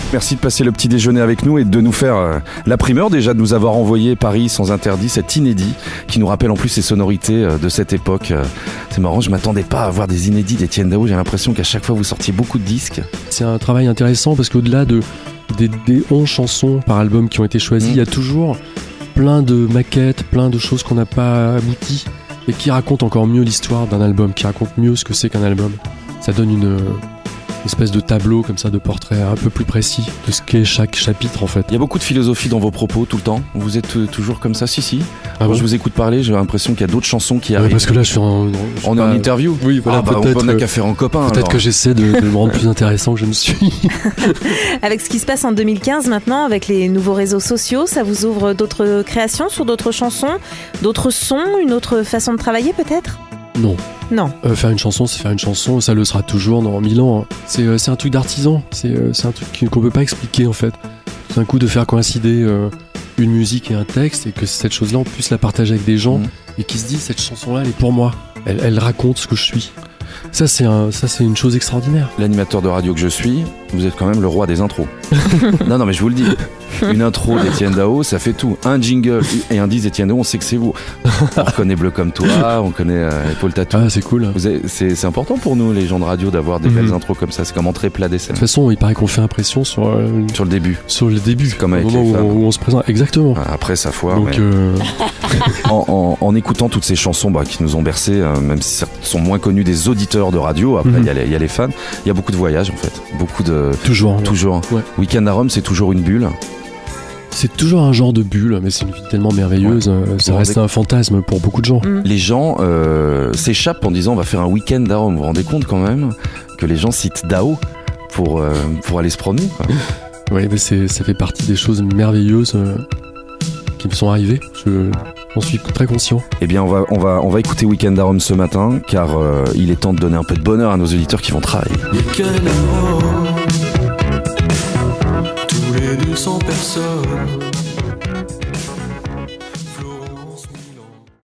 Merci de passer le petit déjeuner avec nous et de nous faire la primeur déjà de nous avoir envoyé Paris sans interdit, cet inédit qui nous rappelle en plus les sonorités de cette époque. C'est marrant, je m'attendais pas à voir des inédits d'Étienne Dao. J'ai l'impression qu'à chaque fois vous sortiez beaucoup de disques. C'est un travail intéressant parce qu'au-delà des 11 chansons par album qui ont été choisies, il y a toujours plein de maquettes, plein de choses qu'on n'a pas abouties et qui racontent encore mieux l'histoire d'un album, qui racontent mieux ce que c'est qu'un album. Ça donne une espèce de tableau comme ça, de portrait un peu plus précis de ce qu'est chaque chapitre en fait. Il y a beaucoup de philosophie dans vos propos tout le temps. Vous êtes toujours comme ça? Si. Quand je vous écoute parler, j'ai l'impression qu'il y a d'autres chansons qui arrivent. Parce que là je suis on est en interview. Oui, voilà, peut-être. On n'a qu'à faire en copain. Peut-être alors que j'essaie de me rendre plus intéressant que je ne suis. Avec ce qui se passe en 2015 maintenant, avec les nouveaux réseaux sociaux, ça vous ouvre d'autres créations sur d'autres chansons, d'autres sons, une autre façon de travailler peut-être? Non. Faire une chanson, c'est faire une chanson, ça le sera toujours dans 1000 ans. C'est un truc d'artisan, c'est un truc qu'on peut pas expliquer en fait. C'est un coup de faire coïncider une musique et un texte et que cette chose-là on puisse la partager avec des gens et qui se disent cette chanson-là elle est pour moi, elle raconte ce que je suis. Ça c'est une chose extraordinaire. L'animateur de radio que je suis, vous êtes quand même le roi des intros. non mais je vous le dis. Une intro d'Étienne Dao, ça fait tout. Un jingle et un 10 d'Étienne Dao, on sait que c'est vous. On reconnaît Bleu comme toi, on connaît Paul Tatou. Ah, c'est cool. C'est important pour nous, les gens de radio, d'avoir des belles intros comme ça. C'est comme entrer plat des scènes. De toute façon, il paraît qu'on fait impression sur le début. Sur le début. Comme avec les femmes. Où on se présente. Exactement. Après, ça foire. Donc, en écoutant toutes ces chansons qui nous ont bercés, même si certaines sont moins connues des auditeurs de radio, après, il y a les fans. Il y a beaucoup de voyages, en fait. Beaucoup de. Toujours. Ouais. Week-end à Rome, c'est toujours une bulle. C'est toujours un genre de bulle, mais c'est une vie tellement merveilleuse. Ça reste un fantasme pour beaucoup de gens. Les gens s'échappent en disant on va faire un week-end à Rome. Vous vous rendez compte quand même que les gens citent Dao pour aller se promener, quoi. Oui, mais ça fait partie des choses merveilleuses qui me sont arrivées. J'en suis très conscient. Eh bien, on va écouter Week-end à Rome ce matin, car il est temps de donner un peu de bonheur à nos auditeurs qui vont travailler. Week-end à Rome, tous les 200 personnes